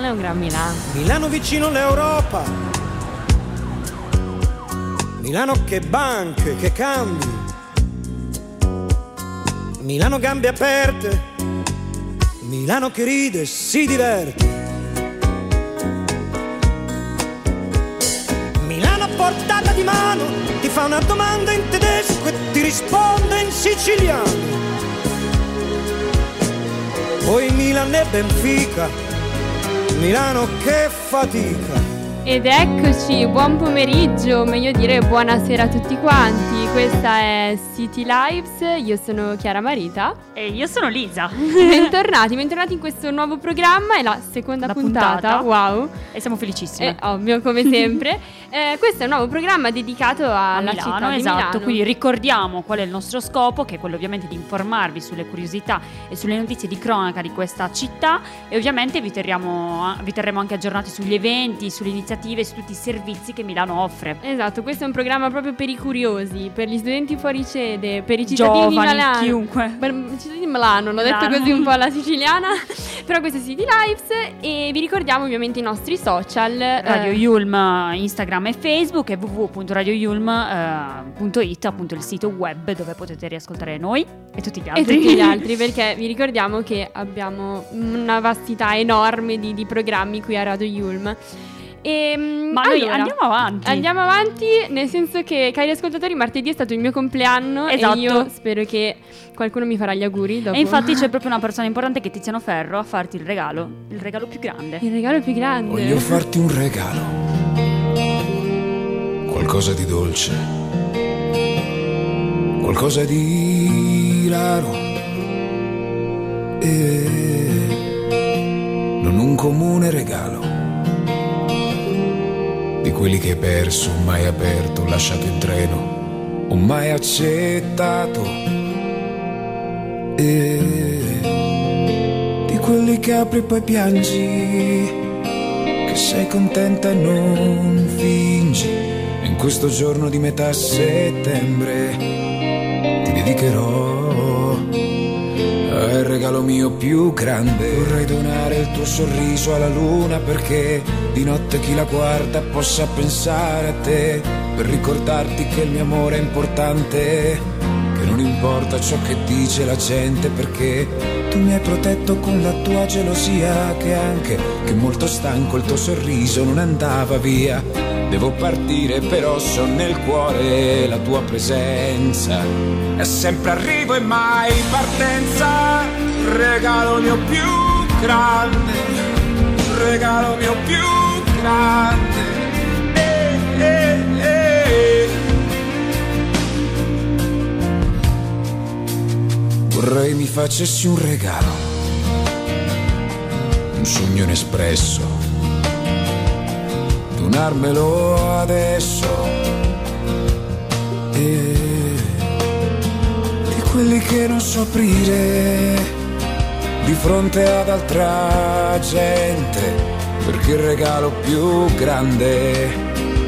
Milano è un gran Milano. Milano vicino all'Europa, Milano che banche, che cambi, Milano gambe aperte, Milano che ride e si diverte, Milano a portata di mano, ti fa una domanda in tedesco e ti risponde in siciliano. Poi Milan e Benfica, Milano che fatica. Ed eccoci, buon pomeriggio, meglio dire buonasera a tutti quanti. Questa è City Lives, io sono Chiara Marita. E io sono Lisa. Bentornati in questo nuovo programma, è la seconda puntata. Wow. E siamo felicissime. Ovvio, come sempre. Questo è un nuovo programma dedicato alla Milano, città di esatto. Milano. Quindi ricordiamo qual è il nostro scopo, che è quello ovviamente di informarvi sulle curiosità e sulle notizie di cronaca di questa città, e ovviamente vi terremo anche aggiornati sugli eventi, sulle iniziative, su tutti i servizi che Milano offre. Esatto, questo è un programma proprio per i curiosi, per gli studenti fuori sede, per i cittadini giovani, di Milano, chiunque. per i cittadini di Milano, l'ho detto così un po' alla siciliana. Però questo è City Lives e vi ricordiamo ovviamente i nostri social, Radio Yulm, Instagram e Facebook, e www.radioyulm.it, appunto il sito web dove potete riascoltare noi e tutti gli altri. E tutti gli altri, perché vi ricordiamo che abbiamo una vastità enorme di programmi qui a Radio Yulm. Ma allora, noi andiamo avanti, nel senso che, cari ascoltatori, martedì è stato il mio compleanno. Esatto. E io spero che qualcuno mi farà gli auguri dopo. E infatti c'è proprio una persona importante, che è Tiziano Ferro, a farti il regalo più grande. Il regalo più grande. Voglio farti un regalo, qualcosa di dolce, qualcosa di raro, e non un comune regalo di quelli che hai perso, mai aperto, lasciato in treno, o mai accettato, e di quelli che apri e poi piangi, che sei contenta e non fingi. E in questo giorno di metà settembre ti dedicherò il regalo mio più grande. Vorrei donare il tuo sorriso alla luna, perché di notte chi la guarda possa pensare a te, per ricordarti che il mio amore è importante, che non importa ciò che dice la gente, perché tu mi hai protetto con la tua gelosia, che anche che molto stanco il tuo sorriso non andava via. Devo partire però so nel cuore la tua presenza, è sempre arrivo e mai partenza. Regalo mio più grande, regalo mio più grande, Vorrei mi facessi un regalo, un sogno inespresso, donarmelo adesso, e di quelli che non so aprire di fronte ad altra gente, perché il regalo più grande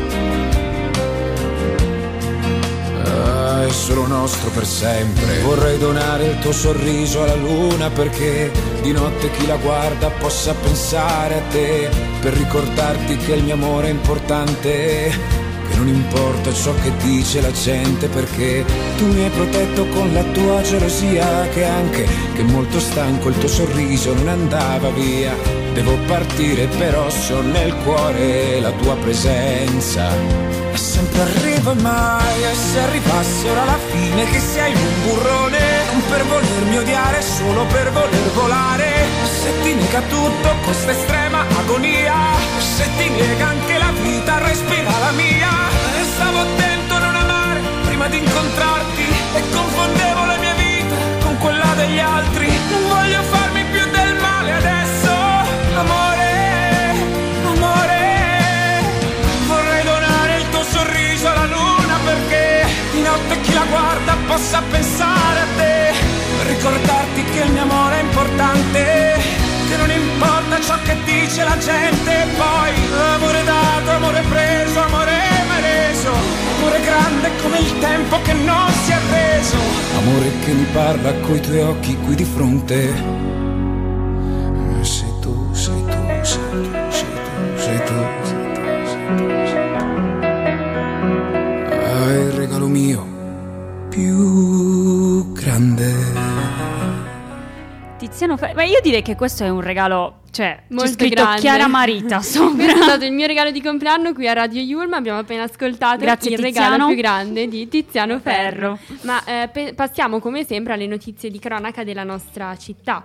è solo nostro per sempre. Vorrei donare il tuo sorriso alla luna, perché di notte chi la guarda possa pensare a te, per ricordarti che il mio amore è importante, che non importa ciò che dice la gente, perché tu mi hai protetto con la tua gelosia, che anche che molto stanco il tuo sorriso non andava via. Devo partire però so nel cuore la tua presenza, e sempre arrivo e mai, e se arrivasse ora la fine, che sei un burrone, non per volermi odiare, solo per voler volare. Se ti nega tutto questa estrema agonia, se ti nega anche la vita, respira la mia. E stavo attento a non amare prima di incontrarti, e confondevo la mia vita con quella degli altri. Non voglio farmi più del male adesso, amore, amore. Vorrei donare il tuo sorriso alla luna, perché di notte chi la guarda possa pensare a te, per ricordarti che il mio amore è importante, che non importa ciò che dice la gente. Poi amore dato, amore preso, amore mai reso, amore grande come il tempo che non si è reso, amore che mi parla coi tuoi occhi qui di fronte. Sei tu, sei tu, sei tu. sei tu. Il regalo mio più grande. Tiziano Ferro, ma io direi che questo è un regalo, cioè Molto c'è scritto grande. Chiara Marita sopra. Questo è stato il mio regalo di compleanno qui a Radio Yulma. Abbiamo appena ascoltato Grazie, il Tiziano. regalo più grande di Tiziano Ferro. Ferro. Ma passiamo come sempre alle notizie di cronaca della nostra città.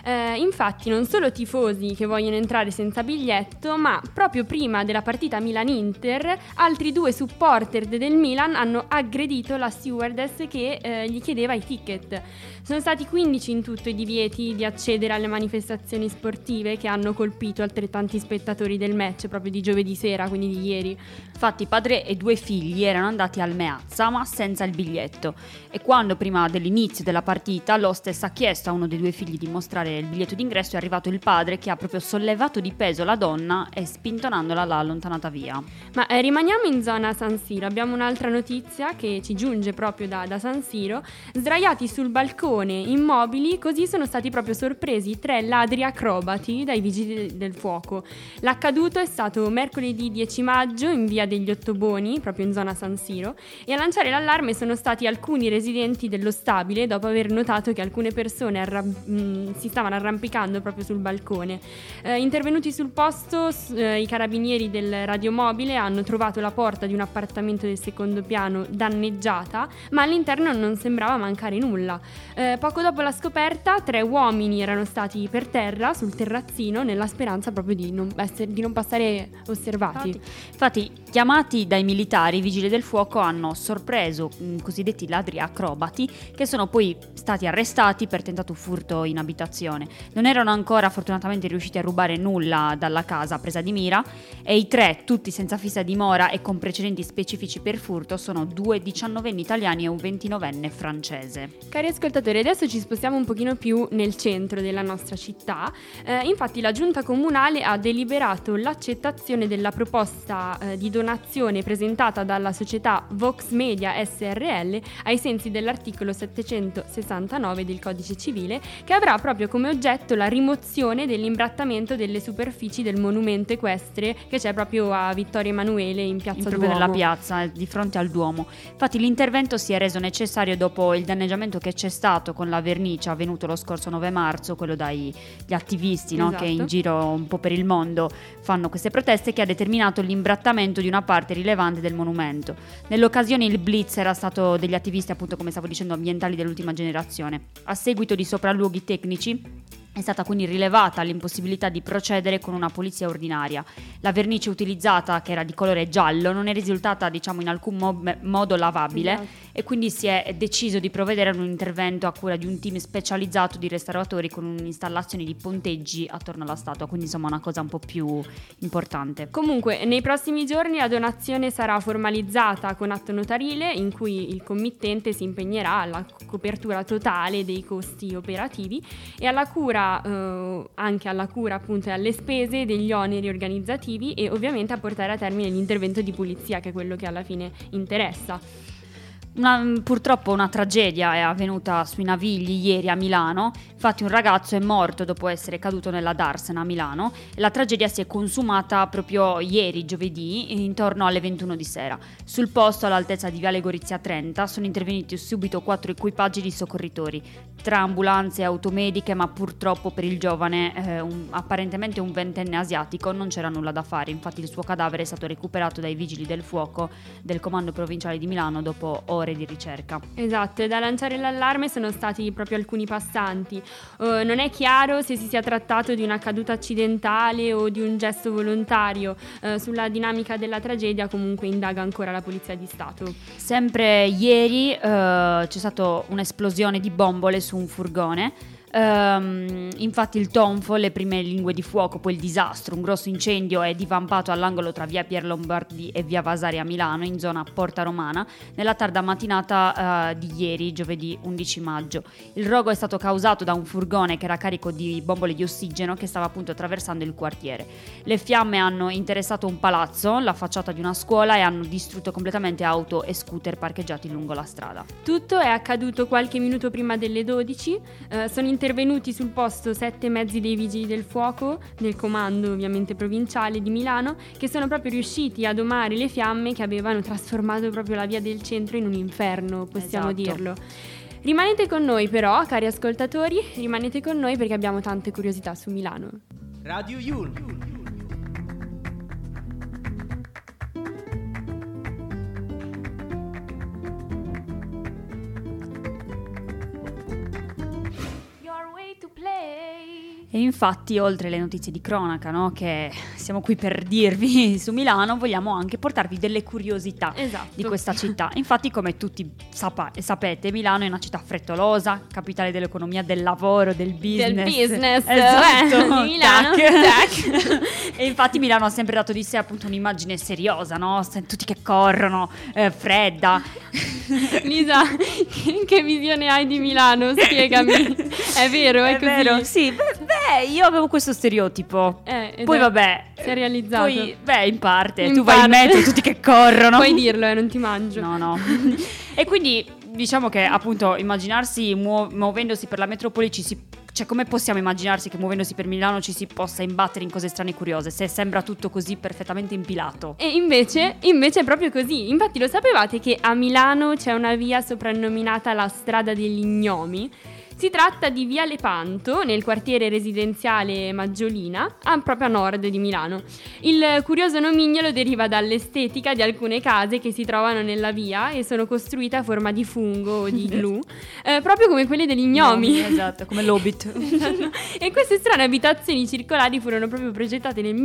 Infatti non solo tifosi che vogliono entrare senza biglietto, ma proprio prima della partita Milan-Inter altri 2 supporter del Milan hanno aggredito la stewardess che gli chiedeva i ticket. Sono stati 15 in tutto i divieti di accedere alle manifestazioni sportive che hanno colpito altrettanti spettatori del match proprio di giovedì sera, quindi di ieri. Infatti padre e 2 figli erano andati al Meazza ma senza il biglietto, e quando prima dell'inizio della partita l'hostess ha chiesto a uno dei 2 figli di mostrare il biglietto d'ingresso, è arrivato il padre che ha proprio sollevato di peso la donna e spintonandola l'ha allontanata via. Ma rimaniamo in zona San Siro, abbiamo un'altra notizia che ci giunge proprio da San Siro. Sdraiati sul balcone immobili, così sono stati proprio sorpresi 3 ladri acrobati dai vigili del fuoco. L'accaduto è stato mercoledì 10 maggio in via degli Ottoboni, proprio in zona San Siro, e a lanciare l'allarme sono stati alcuni residenti dello stabile dopo aver notato che alcune persone si stavano arrampicando proprio sul balcone. Intervenuti sul posto, i carabinieri del radiomobile hanno trovato la porta di un appartamento del secondo piano danneggiata, ma all'interno non sembrava mancare nulla. Poco dopo la scoperta 3 uomini erano stati per terra sul terrazzino nella speranza proprio di non passare osservati. Infatti, chiamati dai militari, i vigili del fuoco hanno sorpreso i cosiddetti ladri acrobati, che sono poi stati arrestati per tentato furto in abitazione. Non erano ancora fortunatamente riusciti a rubare nulla dalla casa presa di mira, e i 3, tutti senza fissa dimora e con precedenti specifici per furto, sono 2 19enni italiani e un 29enne francese. Cari ascoltatori, adesso ci spostiamo un pochino più nel centro della nostra città. Infatti la giunta comunale ha deliberato l'accettazione della proposta di donazione presentata dalla società Vox Media SRL ai sensi dell'articolo 769 del Codice Civile, che avrà proprio come oggetto la rimozione dell'imbrattamento delle superfici del monumento equestre che c'è proprio a Vittorio Emanuele in piazza Proprio Duomo. nella piazza, di fronte al Duomo. Infatti l'intervento si è reso necessario dopo il danneggiamento che c'è stato con la vernice avvenuto lo scorso 9 marzo, quello dagli attivisti, no? Esatto. Che in giro un po' per il mondo fanno queste proteste, che ha determinato l'imbrattamento di una parte rilevante del monumento. Nell'occasione il blitz era stato degli attivisti, appunto come stavo dicendo, ambientali dell'ultima generazione. A seguito di sopralluoghi tecnici è stata quindi rilevata l'impossibilità di procedere con una polizia ordinaria. La vernice utilizzata, che era di colore giallo, non è risultata, diciamo, in alcun modo lavabile, Esatto. e quindi si è deciso di provvedere ad un intervento a cura di un team specializzato di restauratori con un'installazione di ponteggi attorno alla statua, quindi insomma una cosa un po' più importante. Comunque, nei prossimi giorni la donazione sarà formalizzata con atto notarile in cui il committente si impegnerà alla copertura totale dei costi operativi e alla cura, anche alla cura appunto e alle spese degli oneri organizzativi, e ovviamente a portare a termine l'intervento di pulizia, che è quello che alla fine interessa. Purtroppo una tragedia è avvenuta sui Navigli ieri a Milano. Infatti un ragazzo è morto dopo essere caduto nella Darsena a Milano, e la tragedia si è consumata proprio ieri, giovedì, intorno alle 21 di sera. Sul posto, all'altezza di Viale Gorizia 30, sono intervenuti subito 4 equipaggi di soccorritori, 3 ambulanze e automediche, ma purtroppo per il giovane, apparentemente un 20enne asiatico, non c'era nulla da fare. Infatti il suo cadavere è stato recuperato dai vigili del fuoco del comando provinciale di Milano dopo ore di ricerca. Esatto, e da lanciare l'allarme sono stati proprio alcuni passanti. Non è chiaro se si sia trattato di una caduta accidentale o di un gesto volontario. Sulla dinamica della tragedia comunque indaga ancora la Polizia di Stato. Sempre ieri c'è stata un'esplosione di bombole su un furgone. Infatti il tonfo, le prime lingue di fuoco, poi il disastro. Un grosso incendio è divampato all'angolo tra via Pier Lombardi e via Vasari a Milano, in zona Porta Romana, nella tarda mattinata di ieri, giovedì 11 maggio. Il rogo è stato causato da un furgone che era carico di bombole di ossigeno che stava appunto attraversando il quartiere. Le fiamme hanno interessato un palazzo, la facciata di una scuola, e hanno distrutto completamente auto e scooter parcheggiati lungo la strada. Tutto è accaduto qualche minuto prima delle 12. Sono intervenuti sul posto 7 mezzi dei vigili del fuoco, del comando ovviamente provinciale di Milano, che sono proprio riusciti a domare le fiamme che avevano trasformato proprio la via del centro in un inferno, possiamo dirlo. Rimanete con noi però, cari ascoltatori, rimanete con noi perché abbiamo tante curiosità su Milano. Radio Yul. E infatti, oltre alle notizie di cronaca, no, che siamo qui per dirvi su Milano, vogliamo anche portarvi delle curiosità di questa città. Infatti, come tutti sapete, Milano è una città frettolosa, capitale dell'economia, del lavoro, del business. Esatto, di Milano. Tac. E infatti Milano ha sempre dato di sé appunto un'immagine seriosa, no? Tutti che corrono, fredda. Lisa, che visione hai di Milano? Spiegami. È vero, è così? Vero, sì. Io avevo questo stereotipo. Poi vabbè, si è realizzato. Poi, in parte. Tu vai in mezzo, tutti che corrono. Puoi dirlo, non ti mangio. No. E quindi diciamo che appunto immaginarsi muovendosi per la metropoli cioè, come possiamo immaginarsi che muovendosi per Milano ci si possa imbattere in cose strane e curiose, se sembra tutto così perfettamente impilato? E invece è proprio così. Infatti lo sapevate che a Milano c'è una via soprannominata la strada degli gnomi? Si tratta di via Lepanto, nel quartiere residenziale Maggiolina, proprio a nord di Milano. Il curioso nomignolo deriva dall'estetica di alcune case che si trovano nella via e sono costruite a forma di fungo o di glue, proprio come quelle degli gnomi. Esatto, come l'Hobbit. E queste strane abitazioni circolari furono proprio progettate nel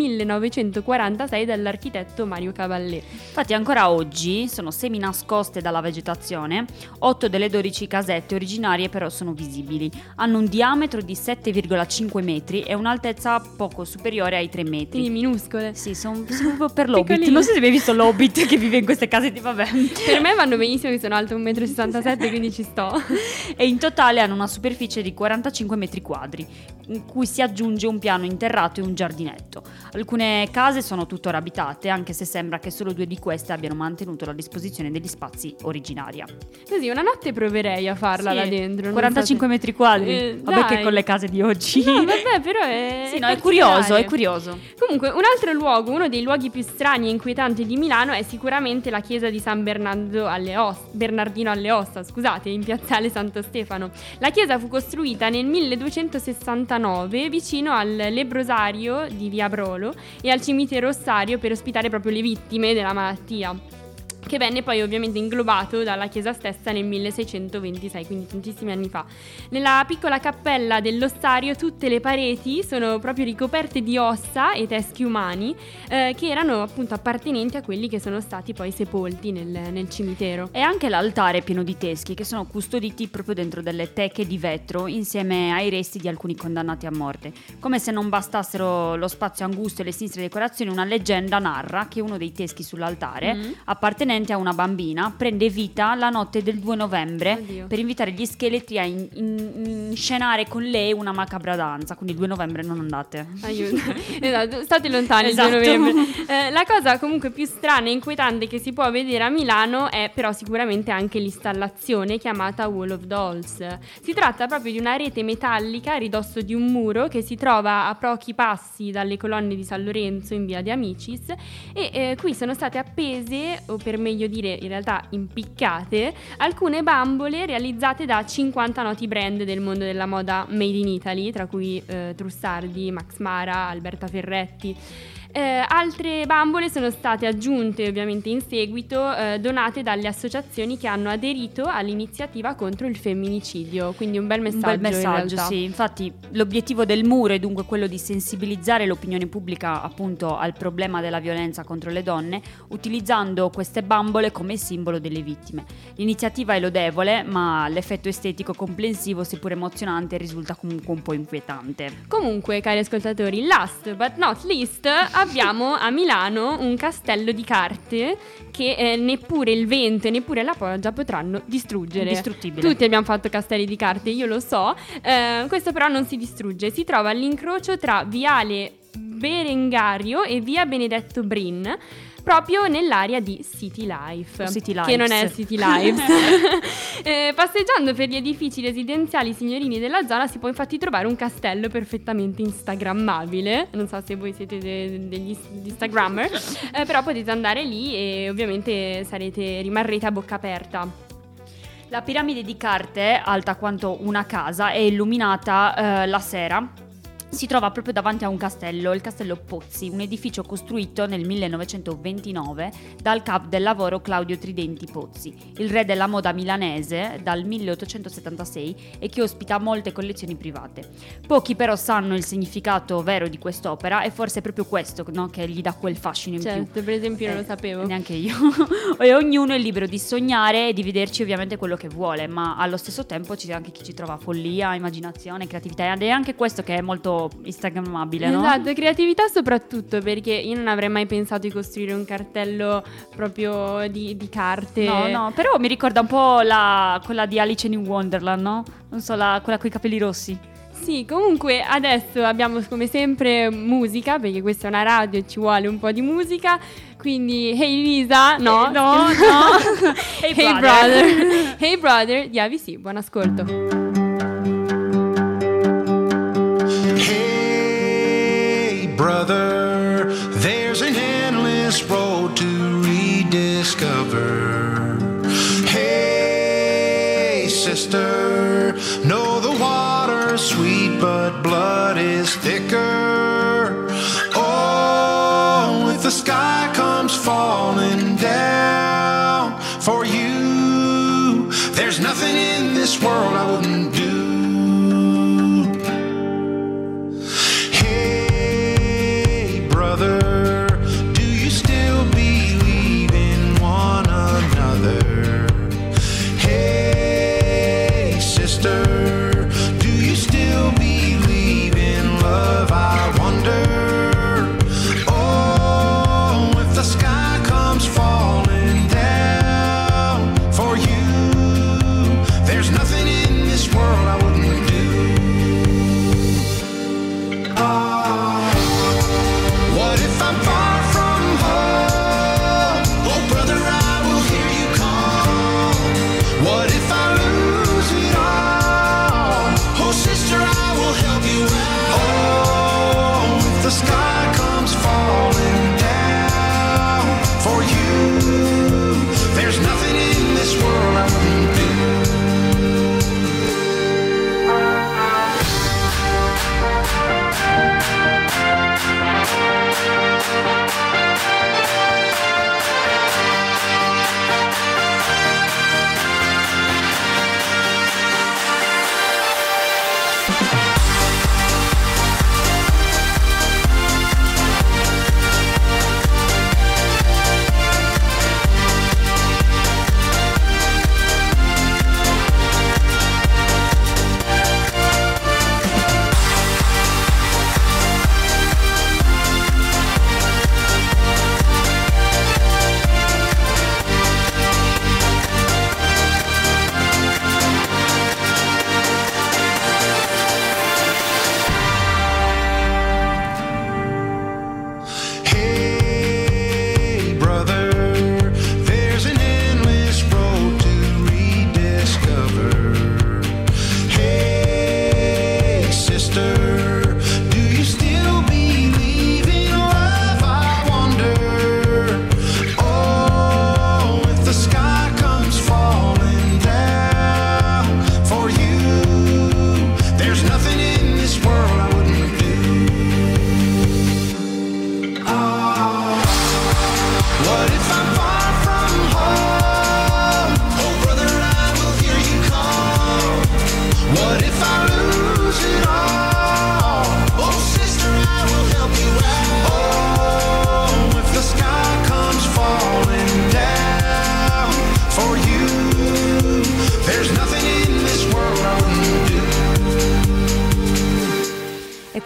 1946 dall'architetto Mario Cavallé. Infatti ancora oggi sono semi nascoste dalla vegetazione, 8 delle 12 casette originarie però sono visibili. Hanno un diametro di 7,5 metri e un'altezza poco superiore ai 3 metri. Quindi minuscole. Sì, sono proprio per l'Hobbit. Non so se hai mai visto l'Hobbit che vive in queste case di vabbè. Per me vanno benissimo, che sono alto 1,67 m, quindi ci sto. E in totale hanno una superficie di 45 metri quadri, in cui si aggiunge un piano interrato e un giardinetto. Alcune case sono tuttora abitate, anche se sembra che solo 2 di queste abbiano mantenuto la disposizione degli spazi originaria. Così una notte proverei a farla là dentro. 45 metri quadri. Vabbè, dai. che con le case di oggi. No, vabbè, però è sì, no, è curioso. Comunque, un altro luogo, uno dei luoghi più strani e inquietanti di Milano è sicuramente la chiesa di San Bernardino alle Ossa, in piazzale Santo Stefano. La chiesa fu costruita nel 1269 vicino al lebrosario di Via Brolo e al cimitero ossario per ospitare proprio le vittime della malattia, che venne poi ovviamente inglobato dalla chiesa stessa nel 1626, quindi tantissimi anni fa. Nella piccola cappella dell'ossario tutte le pareti sono proprio ricoperte di ossa e teschi umani che erano appunto appartenenti a quelli che sono stati poi sepolti nel cimitero. E anche l'altare è pieno di teschi che sono custoditi proprio dentro delle teche di vetro insieme ai resti di alcuni condannati a morte. Come se non bastassero lo spazio angusto e le sinistre decorazioni, una leggenda narra che uno dei teschi sull'altare, appartenente a una bambina, prende vita la notte del 2 novembre per invitare gli scheletri a inscenare con lei una macabra danza. Quindi il 2 novembre non andate. Aiuto. Esatto, state lontani il 2 novembre. La cosa comunque più strana e inquietante che si può vedere a Milano è però sicuramente anche l'installazione chiamata Wall of Dolls. Si tratta proprio di una rete metallica a ridosso di un muro che si trova a pochi passi dalle colonne di San Lorenzo in via de Amicis e qui sono state appese, o per meglio dire in realtà impiccate, alcune bambole realizzate da 50 noti brand del mondo della moda made in Italy, tra cui Trussardi, Max Mara, Alberta Ferretti. Altre bambole sono state aggiunte ovviamente in seguito, donate dalle associazioni che hanno aderito all'iniziativa contro il femminicidio, quindi un bel messaggio, in realtà. Sì, infatti l'obiettivo del muro è dunque quello di sensibilizzare l'opinione pubblica appunto al problema della violenza contro le donne, utilizzando queste bambole come simbolo delle vittime. L'iniziativa è lodevole, ma l'effetto estetico complessivo, seppur emozionante, risulta comunque un po' inquietante. Comunque, cari ascoltatori, last but not least, abbiamo a Milano un castello di carte che neppure il vento e neppure la pioggia potranno distruggere. Indistruttibile. Tutti abbiamo fatto castelli di carte, io lo so. Questo però non si distrugge. Si trova all'incrocio tra Viale Berengario e via Benedetto Brin. proprio nell'area di City Life, che non è City Life. Passeggiando per gli edifici residenziali signorini della zona si può infatti trovare un castello perfettamente instagrammabile. Non so se voi siete degli instagrammer, però potete andare lì e ovviamente rimarrete a bocca aperta. La piramide di carte, alta quanto una casa, è illuminata la sera. Si trova proprio davanti a un castello, il castello Pozzi, un edificio costruito nel 1929 dal capo del lavoro Claudio Tridenti Pozzi, il re della moda milanese dal 1876 e che ospita molte collezioni private. Pochi però sanno il significato vero di quest'opera e forse è proprio questo, no, che gli dà quel fascino in più. Certo, per esempio non lo sapevo. Neanche io. E ognuno è libero di sognare e di vederci ovviamente quello che vuole, ma allo stesso tempo c'è anche chi ci trova follia, immaginazione, creatività ed è anche questo che è molto instagrammabile, no? Esatto, creatività soprattutto, perché io non avrei mai pensato di costruire un cartello proprio di carte. No, però mi ricorda un po' quella di Alice in Wonderland, no? Non so, quella coi capelli rossi. Sì, comunque adesso abbiamo come sempre musica, perché questa è una radio e ci vuole un po' di musica. Quindi Hey Lisa, no. Hey brother. Hey brother di AVC, buon ascolto. Brother, there's an endless road to rediscover. Hey, sister, know the water's sweet, but blood is thicker. Oh, if the sky comes falling down for you, there's nothing in this world I wouldn't do. Do you still believe in one another? Hey, sister, do you still believe in love? I wonder. Oh, if the sky comes falling down for you, there's nothing in this world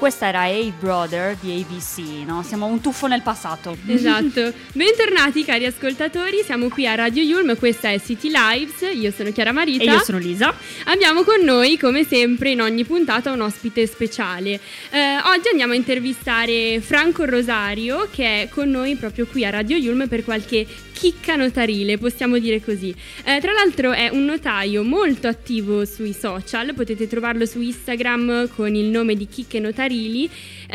questa era Hey Brother di ABC, no? Siamo un tuffo nel passato. Esatto. Bentornati cari ascoltatori, siamo qui a Radio Yulm, questa è City Lives, io sono Chiara Marita. E io sono Lisa. Abbiamo con noi, come sempre, in ogni puntata un ospite speciale. Oggi andiamo a intervistare Franco Rosario, che è con noi proprio qui a Radio Yulm per qualche chicca notarile, possiamo dire così. Tra l'altro è un notaio molto attivo sui social, potete trovarlo su Instagram con il nome di Chicche Notarili.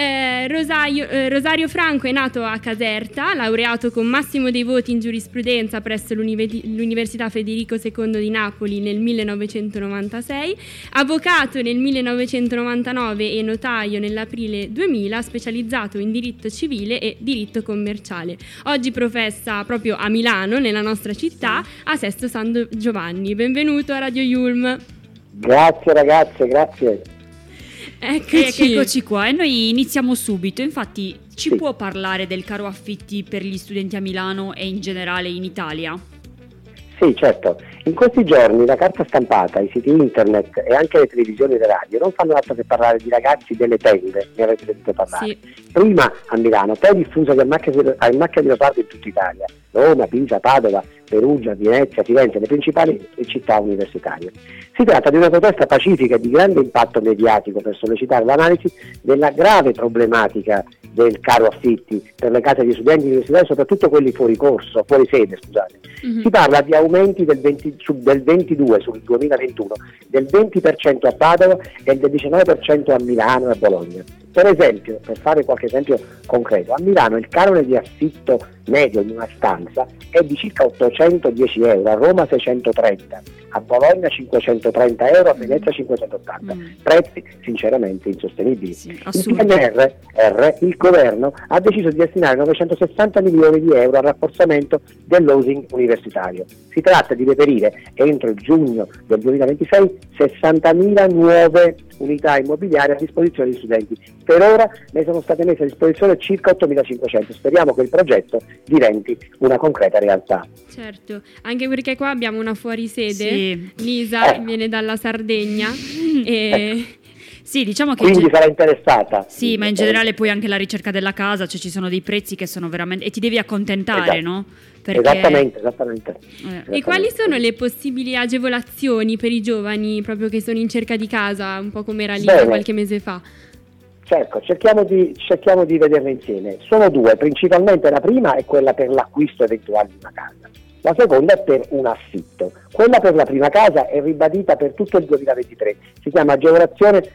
Rosario Franco è nato a Caserta, laureato con massimo dei voti in giurisprudenza presso l'Università Federico II di Napoli nel 1996, avvocato nel 1999 e notaio nell'aprile 2000, specializzato in diritto civile e diritto commerciale. Oggi professa proprio a Milano, nella nostra città, a Sesto San Giovanni. Benvenuto a Radio Yulm. Grazie ragazze, grazie. Eccoci qua, e noi iniziamo subito. Infatti, ci può parlare del caro affitti per gli studenti a Milano e in generale in Italia? Sì, certo. In questi giorni la carta stampata, i siti internet e anche le televisioni e le radio non fanno altro che parlare di ragazzi delle tende, ne avete sentito parlare. Sì. Prima a Milano, poi diffusa a macchia di leopardo in tutta Italia, Roma, Pisa, Padova, Perugia, Venezia, Firenze, le principali città universitarie. Si tratta di una protesta pacifica e di grande impatto mediatico per sollecitare l'analisi della grave problematica del caro affitti per le case di studenti universitari, soprattutto quelli fuori sede. Si parla di aumenti del 22 sul 2021, del 20% a Padova e del 19% a Milano e a Bologna. Per esempio, per fare qualche esempio concreto, a Milano il canone di affitto medio in una stanza è di circa 810 euro, a Roma 630, a Bologna 530 euro, a Venezia 580. Prezzi sinceramente insostenibili. Sì, il PNRR, il governo ha deciso di destinare 960 milioni di euro al rafforzamento dell'housing universitario. Si tratta di reperire entro il giugno del 2026 60.000 nuove unità immobiliari a disposizione degli studenti. Per ora ne sono state messe a disposizione circa 8.500. Speriamo che il progetto diventi una concreta realtà. Certo, anche perché qua abbiamo una fuorisede. Sì. Lisa viene dalla Sardegna e... Sì, diciamo che quindi sarà interessata. Sì, ma in generale poi anche la ricerca della casa, cioè ci sono dei prezzi che sono veramente... e ti devi accontentare, esatto. No? Perché... Esattamente. E quali sono le possibili agevolazioni per i giovani proprio che sono in cerca di casa, un po' come era lì qualche mese fa? Certo, cerchiamo di vederle insieme. Sono due, principalmente la prima è quella per l'acquisto eventuale di una casa. La seconda è per un affitto. Quella per la prima casa è ribadita per tutto il 2023, si chiama agevolazione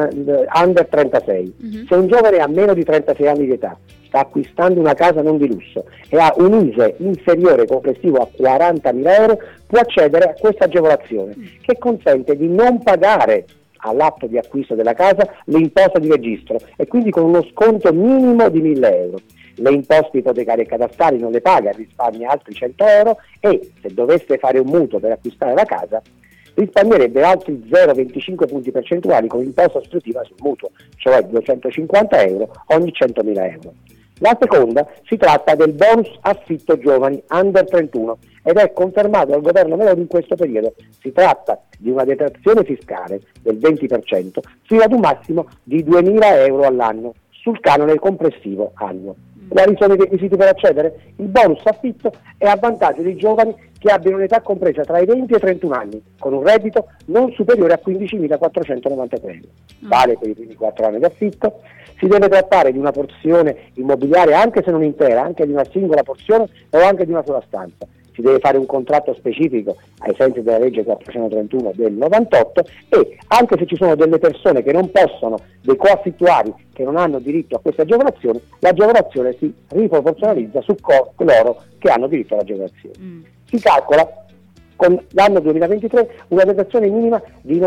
under 36. Se un giovane ha meno di 36 anni di età, sta acquistando una casa non di lusso e ha un ISEE inferiore complessivo a 40.000 euro, può accedere a questa agevolazione che consente di non pagare all'atto di acquisto della casa l'imposta di registro e quindi con uno sconto minimo di 1.000 euro. Le imposte ipotecarie e catastali non le paga, risparmia altri 100 euro e se dovesse fare un mutuo per acquistare la casa risparmierebbe altri 0,25 punti percentuali con imposta sostitutiva sul mutuo, cioè 250 euro ogni 100.000 euro. La seconda si tratta del bonus affitto giovani under 31 ed è confermato dal governo Meloni in questo periodo. Si tratta di una detrazione fiscale del 20% fino ad un massimo di 2.000 euro all'anno sul canone complessivo annuo. Quali sono i requisiti per accedere? Il bonus affitto è a vantaggio dei giovani che abbiano un'età compresa tra i 20 e i 31 anni, con un reddito non superiore a 15.493 euro. Vale per i primi 4 anni di affitto. Si deve trattare di una porzione immobiliare, anche se non intera, anche di una singola porzione o anche di una sola stanza. Si deve fare un contratto specifico ai sensi della legge 431 del 98 e anche se ci sono delle persone che non possono, dei coaffittuari che non hanno diritto a questa agevolazione, l'agevolazione si riproporzionalizza su coloro che hanno diritto all'agevolazione. Si calcola con l'anno 2023 una detrazione minima di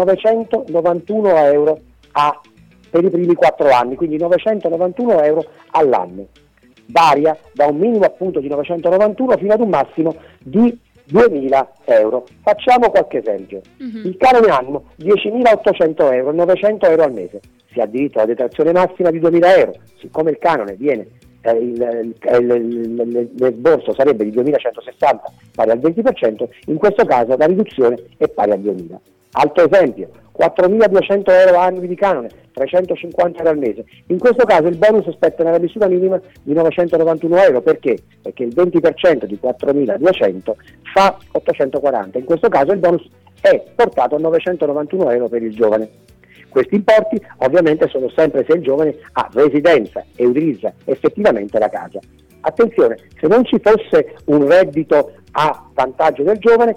991 euro per i primi 4 anni, quindi 991 euro all'anno. Varia da un minimo appunto di 991 fino ad un massimo di 2.000 euro. Facciamo qualche esempio. Il canone annuo 10.800 euro, 900 euro al mese. Si ha diritto alla detrazione massima di 2.000 euro. Siccome il canone viene, l'esborso sarebbe di 2.160 pari al 20%, in questo caso la riduzione è pari a 2.000. Altro esempio, 4.200 euro annui di canone, 350 euro al mese. In questo caso il bonus spetta nella misura minima di 991 euro, perché? Perché il 20% di 4.200 fa 840, in questo caso il bonus è portato a 991 euro per il giovane. Questi importi ovviamente sono sempre se il giovane ha residenza e utilizza effettivamente la casa. Attenzione, se non ci fosse un reddito a vantaggio del giovane,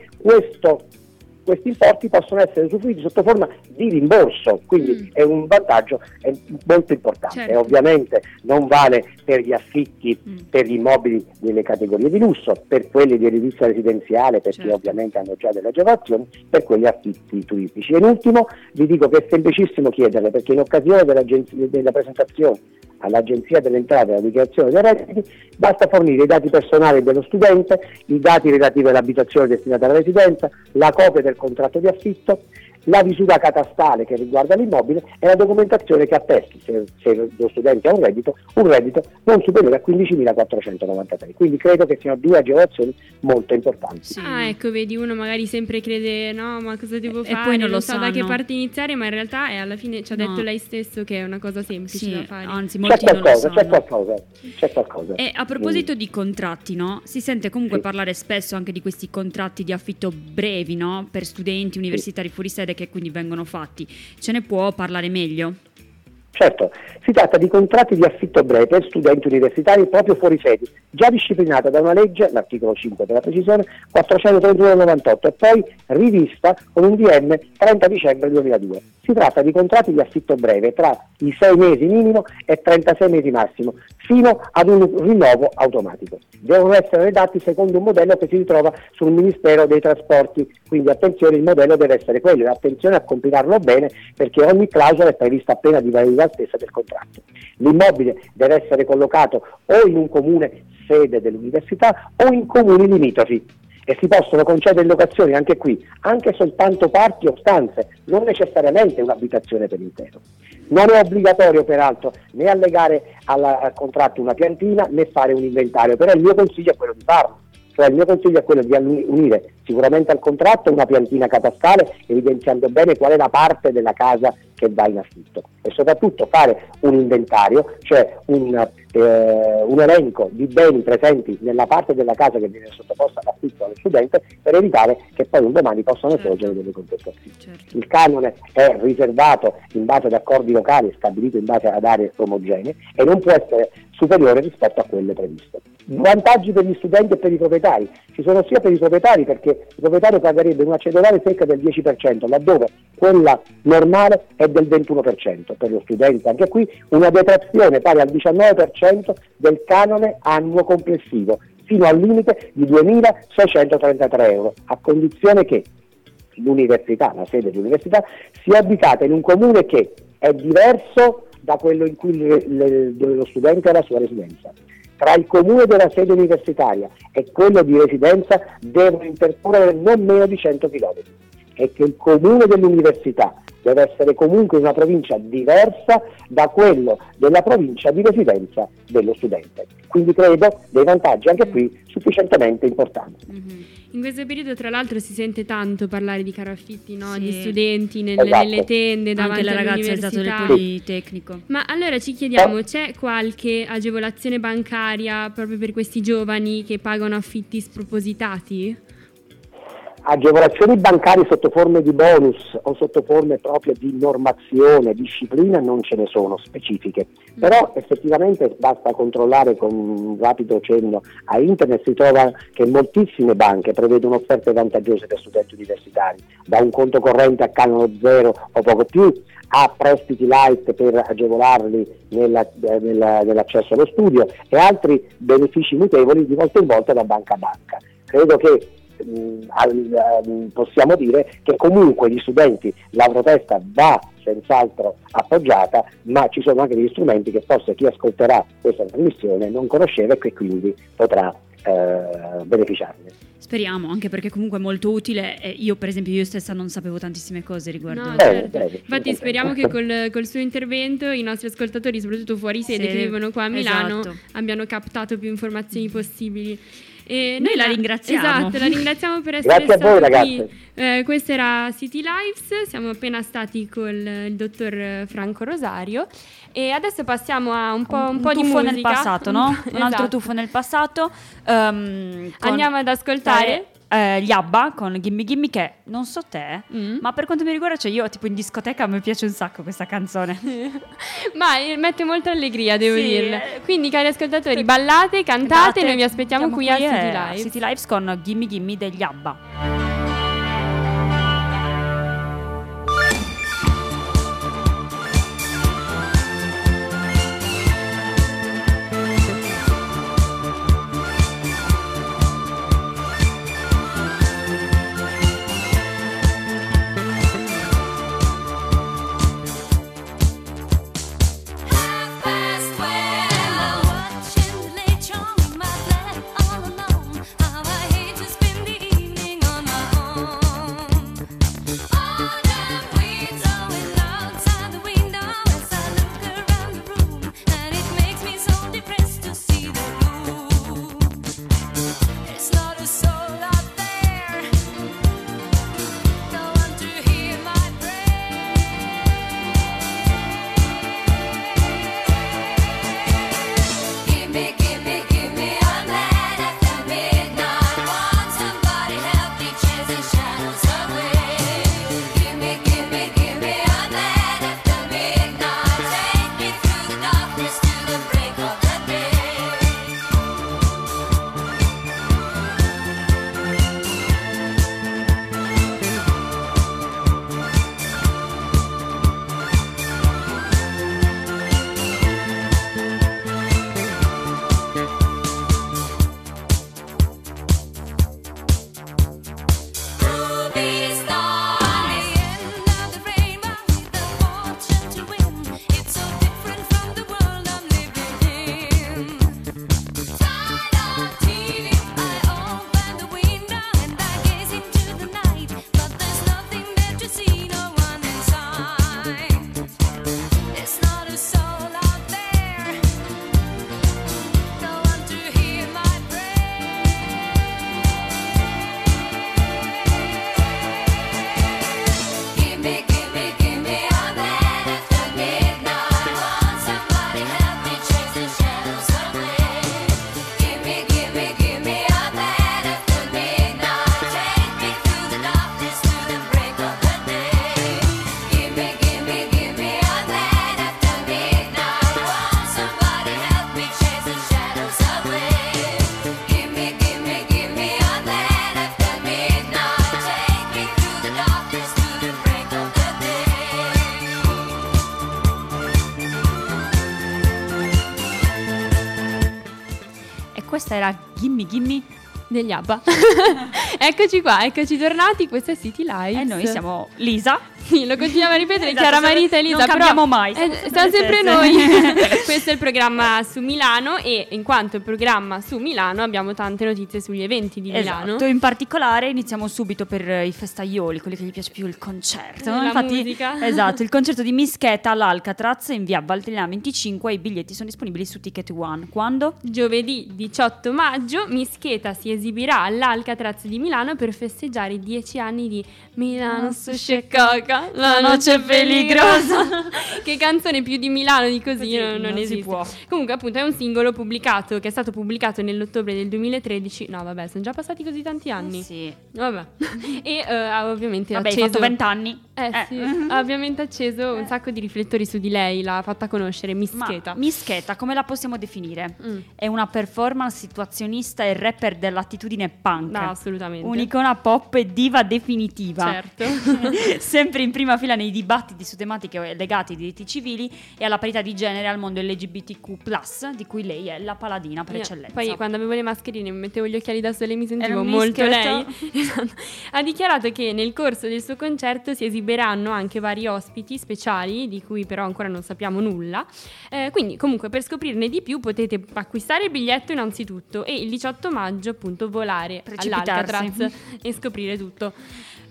questi importi possono essere usufruiti sotto forma di rimborso, quindi è un vantaggio molto importante. Certo. E ovviamente non vale per gli affitti, per gli immobili delle categorie di lusso, per quelli di edilizia residenziale, perché Certo. ovviamente hanno già delle agevolazioni, per quegli affitti turistici. E in ultimo vi dico che è semplicissimo chiederle, perché in occasione della presentazione all'Agenzia delle Entrate e alla dichiarazione dei redditi basta fornire i dati personali dello studente, i dati relativi all'abitazione destinata alla residenza, la copia del contratto di affitto, la visura catastale che riguarda l'immobile e la documentazione che attesti se lo studente ha un reddito non superiore a 15.493. Quindi credo che siano due agevolazioni molto importanti. Sì. Ah, ecco, vedi, uno magari sempre crede, no, ma cosa devo E fare? poi non lo so da che sanno. parte iniziare, ma in realtà alla fine ci ha No. detto lei stesso che è una cosa semplice da Sì, fare. anzi C'è molti non lo qualcosa, sanno. c'è qualcosa. E a proposito di contratti, no? Si sente comunque Sì. parlare spesso anche di questi contratti di affitto brevi, no? Per studenti universitari fuori sede che quindi vengono fatti. Ce ne può parlare meglio? Certo, si tratta di contratti di affitto breve per studenti universitari proprio fuori sede, già disciplinata da una legge, l'articolo 5 per la precisione, 431/98 e poi rivista con un DM 30 dicembre 2002. Si tratta di contratti di affitto breve tra i 6 mesi minimo e 36 mesi massimo, fino ad un rinnovo automatico. Devono essere redatti secondo un modello che si ritrova sul Ministero dei Trasporti, quindi attenzione, il modello deve essere quello, e attenzione a compilarlo bene, perché ogni clausola è prevista appena di validità stessa del contratto. L'immobile deve essere collocato o in un comune sede dell'università o in comuni limitrofi, e si possono concedere locazioni anche qui, anche soltanto parti o stanze, non necessariamente un'abitazione per intero. Non è obbligatorio peraltro né allegare al contratto una piantina né fare un inventario, però il mio consiglio è quello di farlo. Cioè il mio consiglio è quello di unire sicuramente al contratto una piantina catastale, evidenziando bene qual è la parte della casa che va in affitto, e soprattutto fare un inventario, cioè un elenco di beni presenti nella parte della casa che viene sottoposta all'affitto allo studente, per evitare che poi un domani possano sorgere delle contestazioni. Certo. Il canone è riservato in base ad accordi locali, stabilito in base ad aree omogenee, e non può essere superiore rispetto a quelle previste. Vantaggi per gli studenti e per i proprietari. Ci sono sia per i proprietari, perché il proprietario pagherebbe una cedolare secca del 10%, laddove quella normale è del 21%. Per lo studente anche qui una detrazione pari al 19% del canone annuo complessivo, fino al limite di 2.633 euro, a condizione che l'università, la sede dell'università, sia ubicata in un comune che è diverso da quello in cui dove lo studente ha la sua residenza. Tra il comune della sede universitaria e quello di residenza devono intercorrere non meno di 100 km, e che il comune dell'università deve essere comunque una provincia diversa da quello della provincia di residenza dello studente. Quindi credo dei vantaggi anche qui sufficientemente importanti. In questo periodo, tra l'altro, si sente tanto parlare di caro affitti, no? Sì. Di studenti Esatto. nelle tende davanti Anche la ragazza è stata del all'università. Politecnico. Ma allora ci chiediamo, c'è qualche agevolazione bancaria proprio per questi giovani che pagano affitti spropositati? Agevolazioni bancarie sotto forme di bonus o sotto forme proprio di normazione, disciplina, non ce ne sono specifiche, però effettivamente basta controllare con un rapido cenno a internet, si trova che moltissime banche prevedono offerte vantaggiose per studenti universitari, da un conto corrente a canone zero o poco più, a prestiti light per agevolarli nell'accesso allo studio e altri benefici mutevoli di volta in volta da banca a banca. Credo che possiamo dire che comunque gli studenti, la protesta va senz'altro appoggiata, ma ci sono anche degli strumenti che forse chi ascolterà questa trasmissione non conosceva e che quindi potrà beneficiarne. Speriamo, anche perché comunque è molto utile. E io per esempio, io stessa non sapevo tantissime cose riguardo. No, Bene, certo. bene, Infatti speriamo che col suo intervento i nostri ascoltatori, soprattutto fuori sede, Sì, che vivono qua a Milano, esatto. abbiano captato più informazioni possibili. E Noi la ringraziamo. Esatto, la ringraziamo per essere Grazie a voi, stato qui. ragazze. Questo era City Lives, siamo appena stati col il dottor Franco Rosario e adesso passiamo a un po' di tuffo musica. nel passato, no? Un altro Esatto. tuffo nel passato. Andiamo ad ascoltare gli ABBA con Gimme Gimme, che non so te, ma per quanto mi riguarda, cioè io tipo in discoteca mi piace un sacco questa canzone. ma mette molta allegria, devo Sì. dirle. Quindi cari ascoltatori, ballate, cantate, noi vi aspettiamo qui a City Lives. City Lives con Gimme Gimme degli ABBA. Questa era Gimme Gimme degli ABBA. Eccoci qua, eccoci tornati, questa è City Lives. e noi siamo Lisa. Sì, lo continuiamo a ripetere, Esatto, Chiara Marita e Lisa, non però cambiamo mai. siamo sempre noi. Questo è il programma su Milano e in quanto il programma su Milano abbiamo tante notizie sugli eventi di Milano. Esatto, in particolare iniziamo subito per i festaioli, quelli che gli piace più il concerto. La Infatti, musica. Esatto, il concerto di Mischeta all'Alcatraz in via Valtellina 25, i biglietti sono disponibili su Ticket One. Quando? Giovedì 18 maggio Mischeta si esibirà all'Alcatraz di Milano per festeggiare i 10 anni di Milano Sushi e Coca, la noce peligrosa. Che canzone più di Milano di così non si esiste. può. Comunque appunto è un singolo pubblicato che è stato pubblicato nell'ottobre del 2013. No vabbè, sono già passati così tanti anni. Sì. Vabbè. E ha ovviamente Vabbè, hai acceso fatto 20 anni. sì, ha ovviamente acceso un sacco di riflettori su di lei, l'ha fatta conoscere Mischeta. Ma Mischeta, come la possiamo definire? Mm. È una performance situazionista e rapper dell'attitudine punk. No, assolutamente. Un'icona pop e diva definitiva. Certo. Sempre in prima fila nei dibattiti su tematiche legate ai diritti civili e alla parità di genere al mondo LGBTQ+, di cui lei è la paladina per eccellenza. Poi quando avevo le mascherine mi mettevo gli occhiali da sole e mi Era sentivo un molto Mischeta. lei. Esatto. Ha dichiarato che nel corso del suo concerto si esibiranno anche vari ospiti speciali di cui però ancora non sappiamo nulla. Quindi comunque per scoprirne di più potete acquistare il biglietto innanzitutto e il 18 maggio appunto volare Precipitarsi. all'Alcatraz e scoprire tutto.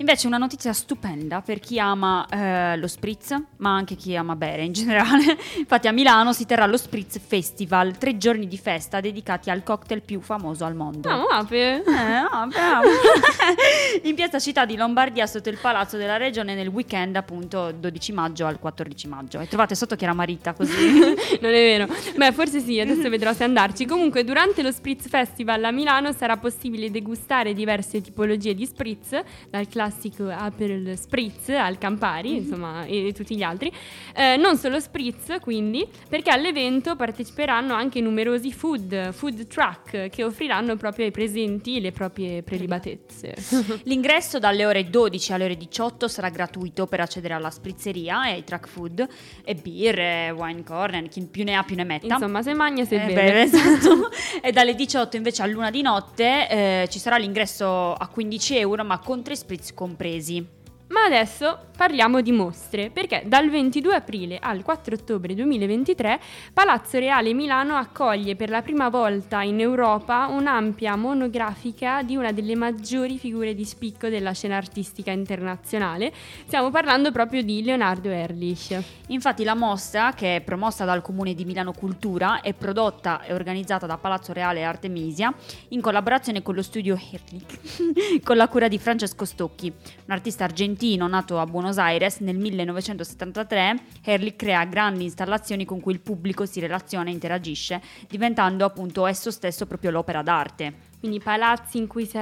Invece una notizia stupenda per chi ama lo spritz, ma anche chi ama bere in generale. Infatti a Milano si terrà lo Spritz Festival, 3 giorni di festa dedicati al cocktail più famoso al mondo. Ape. Bravo. In piazza Città di Lombardia, sotto il Palazzo della Regione, nel weekend appunto 12 maggio al 14 maggio. E trovate sotto che era Marita così. Non è vero. Beh, forse sì, adesso vedrò se andarci. Comunque durante lo Spritz Festival a Milano sarà possibile degustare diverse tipologie di spritz, dal classico Aperol Spritz al Campari, insomma, e tutti gli altri. Non solo spritz, quindi, perché all'evento parteciperanno anche numerosi food truck che offriranno proprio ai presenti le proprie prelibatezze. L'ingresso dalle ore 12 alle ore 18 sarà gratuito per accedere alla sprizzeria e ai truck food e birre, wine corner, chi più ne ha più ne metta. Insomma, se magna se beve. Beh, esatto. E dalle 18 invece all'1 di notte ci sarà l'ingresso a 15 euro, ma con 3 spritz compresi. Ma adesso parliamo di mostre, perché dal 22 aprile al 4 ottobre 2023 Palazzo Reale Milano accoglie per la prima volta in Europa un'ampia monografica di una delle maggiori figure di spicco della scena artistica internazionale. Stiamo parlando proprio di Leonardo Ehrlich. Infatti la mostra, che è promossa dal Comune di Milano Cultura, è prodotta e organizzata da Palazzo Reale Artemisia in collaborazione con lo studio Ehrlich, con la cura di Francesco Stocchi, un artista argentino nato a Buenos Aires nel 1973. Ehrlich crea grandi installazioni con cui il pubblico si relaziona e interagisce, diventando appunto esso stesso proprio l'opera d'arte. Quindi palazzi in cui ci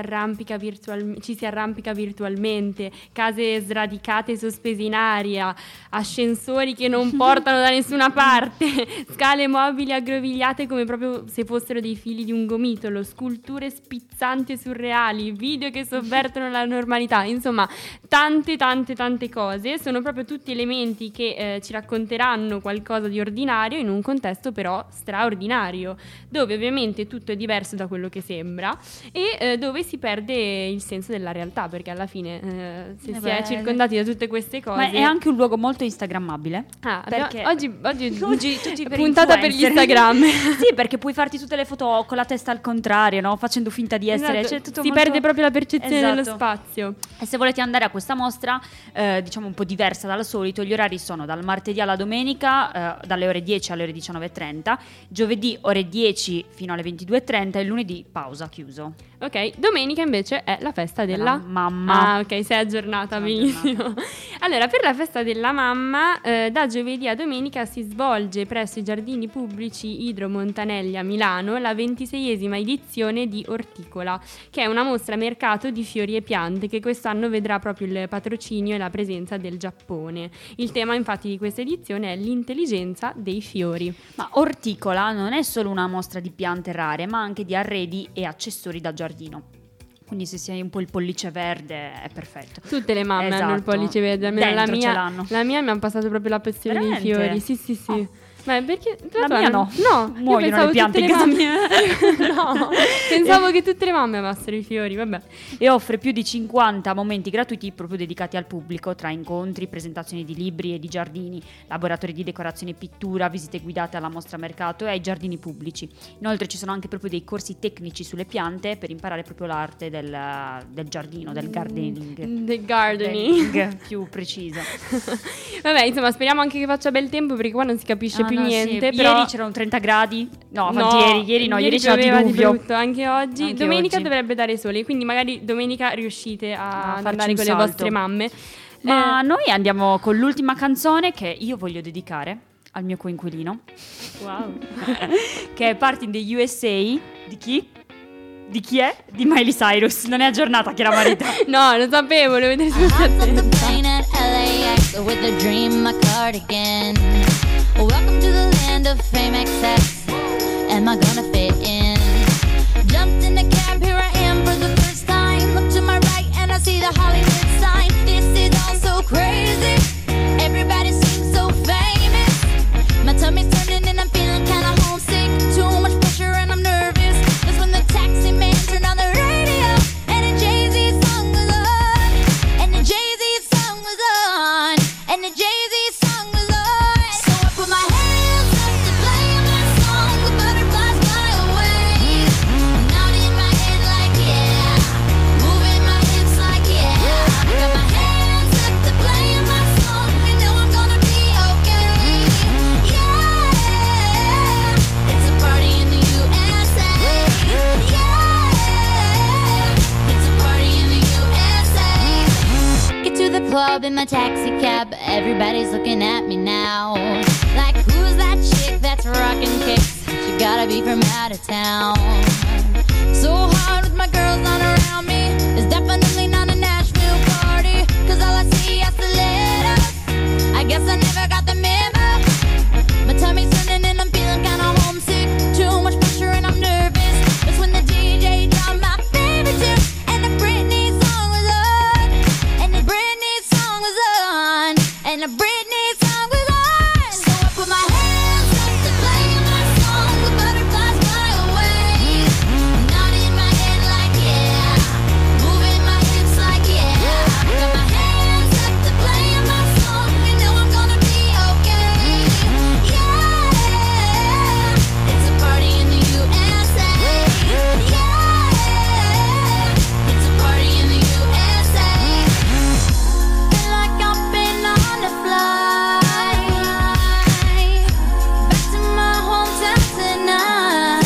si arrampica virtualmente, case sradicate sospese in aria, ascensori che non portano da nessuna parte, scale mobili aggrovigliate come proprio se fossero dei fili di un gomitolo, sculture spizzanti e surreali, video che sovvertono la normalità, insomma tante cose. Sono proprio tutti elementi che ci racconteranno qualcosa di ordinario in un contesto però straordinario, dove ovviamente tutto è diverso da quello che sembra e dove si perde il senso della realtà, perché alla fine se si è circondati da tutte queste cose. Ma è anche un luogo molto instagrammabile. Perché oggi tutti per puntata per gli Instagram. Sì, perché puoi farti tutte le foto con la testa al contrario, no? Facendo finta di essere, esatto. cioè, tutto si perde proprio la percezione dello spazio. E se volete andare a questa mostra diciamo un po' diversa dal solito, gli orari sono dal martedì alla domenica dalle ore 10 alle ore 19:30, giovedì ore 10 fino alle 22:30 e lunedì pausa, chiuso. Ok, domenica invece è la festa della mamma. Ah, ok, sei aggiornata, benissimo. Allora, per la festa della mamma, da giovedì a domenica si svolge presso i giardini pubblici Idro Montanelli a Milano la 26esima edizione di Orticola, che è una mostra mercato di fiori e piante che quest'anno vedrà proprio il patrocinio e la presenza del Giappone. Il tema infatti di questa edizione è l'intelligenza dei fiori. Ma Orticola non è solo una mostra di piante rare, ma anche di arredi e accessori da giardino. Quindi se sei un po' il pollice verde è perfetto. Tutte le mamme hanno il pollice verde, almeno la mia mi ha passato proprio la passione dei fiori. Sì. Oh. Ma perché la mia no, muoiono le piante in casa mia. No, pensavo che tutte le mamme amassero i fiori, vabbè. E offre più di 50 momenti gratuiti proprio dedicati al pubblico, tra incontri, presentazioni di libri e di giardini, laboratori di decorazione e pittura, visite guidate alla mostra mercato e ai giardini pubblici. Inoltre ci sono anche proprio dei corsi tecnici sulle piante per imparare proprio l'arte del giardino, del gardening. Del gardening più preciso. Vabbè, insomma, speriamo anche che faccia bel tempo, perché qua non si capisce più niente. Sì. Però... Ieri c'erano 30 gradi. Ieri c'era di diluvio. brutto, anche oggi. Domenica dovrebbe dare sole, quindi magari domenica riuscite ad andare con le vostre mamme. Ma noi andiamo con l'ultima canzone che io voglio dedicare al mio coinquilino. Wow. Che è Party in the USA. Di chi? Di chi è? Di Miley Cyrus. Non è aggiornata, Chiara Marita. No, lo sapevo, volevo vedere se with a dream, my cardigan. Welcome to the land of fame excess. Am I gonna fit in? Jumped in the cab, here I am for the first time. Look to my right and I see the Hollywood sign. This is all so crazy. Everybody seems so famous. My tummy's turning and I'm feeling kinda homesick. Too much pressure and I'm nervous. That's when the taxi man turned on the radio and a Jay-Z song was on. And the Jay-Z song was on. And the Jay-Z song was on. So I put my hands up to play my song. The butterflies fly away. Nodding my head like yeah. Moving my hips like yeah. Got my club in my taxi cab, everybody's looking at me now. Like, who's that chick that's rocking kicks? She gotta be from out of town. So hard with my girls on around me. It's definitely not a Nashville party, 'cause all I see are stilettos. I guess I never got the memo. My tummy's turning and I'm feeling kinda homesick. Too much pressure and I'm nervous. It's when the DJ dropped my favorite tune, and the Britney song was on. And the Britney song was on. And the Britney song was on. So I put my hands up to play my song. The butterflies fly away. Nodding my head like yeah. Moving my hips like yeah. Got my hands up to play my song. You know I'm gonna be okay. Yeah. It's a party in the USA. Yeah. It's a party in the USA. Feel like I've been on a flight back to my hometown tonight.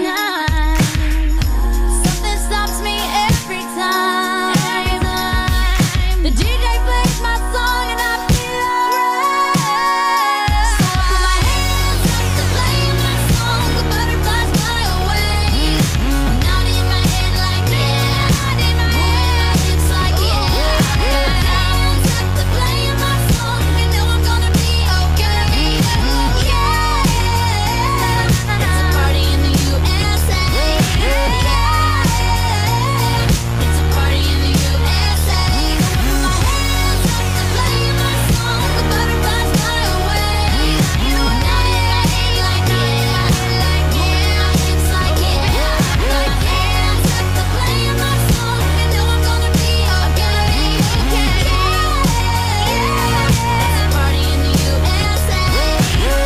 Something stops me every time. The DJ plays my song and I feel alright. So I put my hands up to play my song. The butterflies fly away. Nodding my head like yeah. Moving my hips like yeah. Got my hands up to play my song. You know I'm gonna be okay. Yeah. It's a party in the USA. Yeah. It's a party in the USA. I put my hands up to play my song. The butterflies fly away. Nodding my head like yeah. Moving my hips like yeah. Got my hands up to play my song. You know I'm gonna be okay. Yeah. It's a party in the USA. Yeah.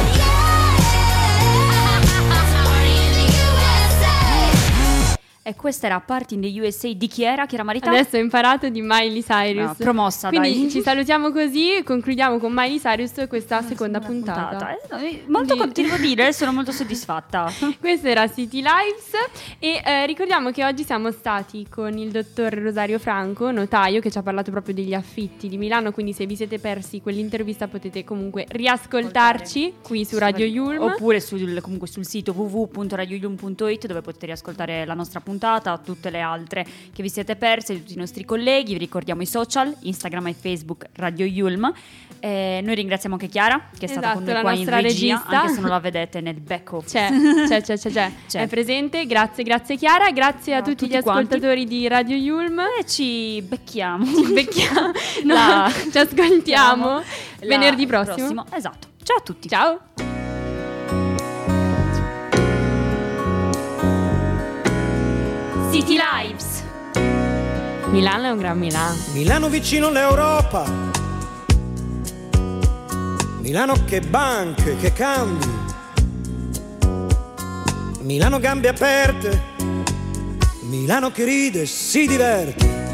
It's a party in the USA. E questa era Party in the USA di chi era? Chi era Marita? Adesso ho imparato di Miley Cyrus. Ah, promossa, Quindi dai. ci salutiamo così, concludiamo con Miley Cyrus questa seconda puntata. Ti devo dire, sono molto soddisfatta. Questo era City Lives e ricordiamo che oggi siamo stati con il dottor Rosario Franco, notaio, che ci ha parlato proprio degli affitti di Milano, quindi se vi siete persi quell'intervista potete comunque riascoltarci qui su Radio Yulm. Oppure comunque sul sito www.radioyulm.it, dove potete riascoltare la nostra puntata, tutte le altre che vi siete perse, tutti i nostri colleghi. Vi ricordiamo i social, Instagram e Facebook Radio Yulm. Noi ringraziamo anche Chiara, che è stata con noi la qua in nostra regia, regista. anche se non la vedete nel back office. C'è. C'è. È presente. Grazie Chiara, grazie a tutti gli ascoltatori di Radio Yulm. E ci becchiamo. No, ci ascoltiamo venerdì prossimo. Esatto. Ciao a tutti. Ciao. City Lives. Milano è un gran Milano. Milano vicino all'Europa, Milano che banche, che cambi, Milano gambe aperte, Milano che ride e si diverte.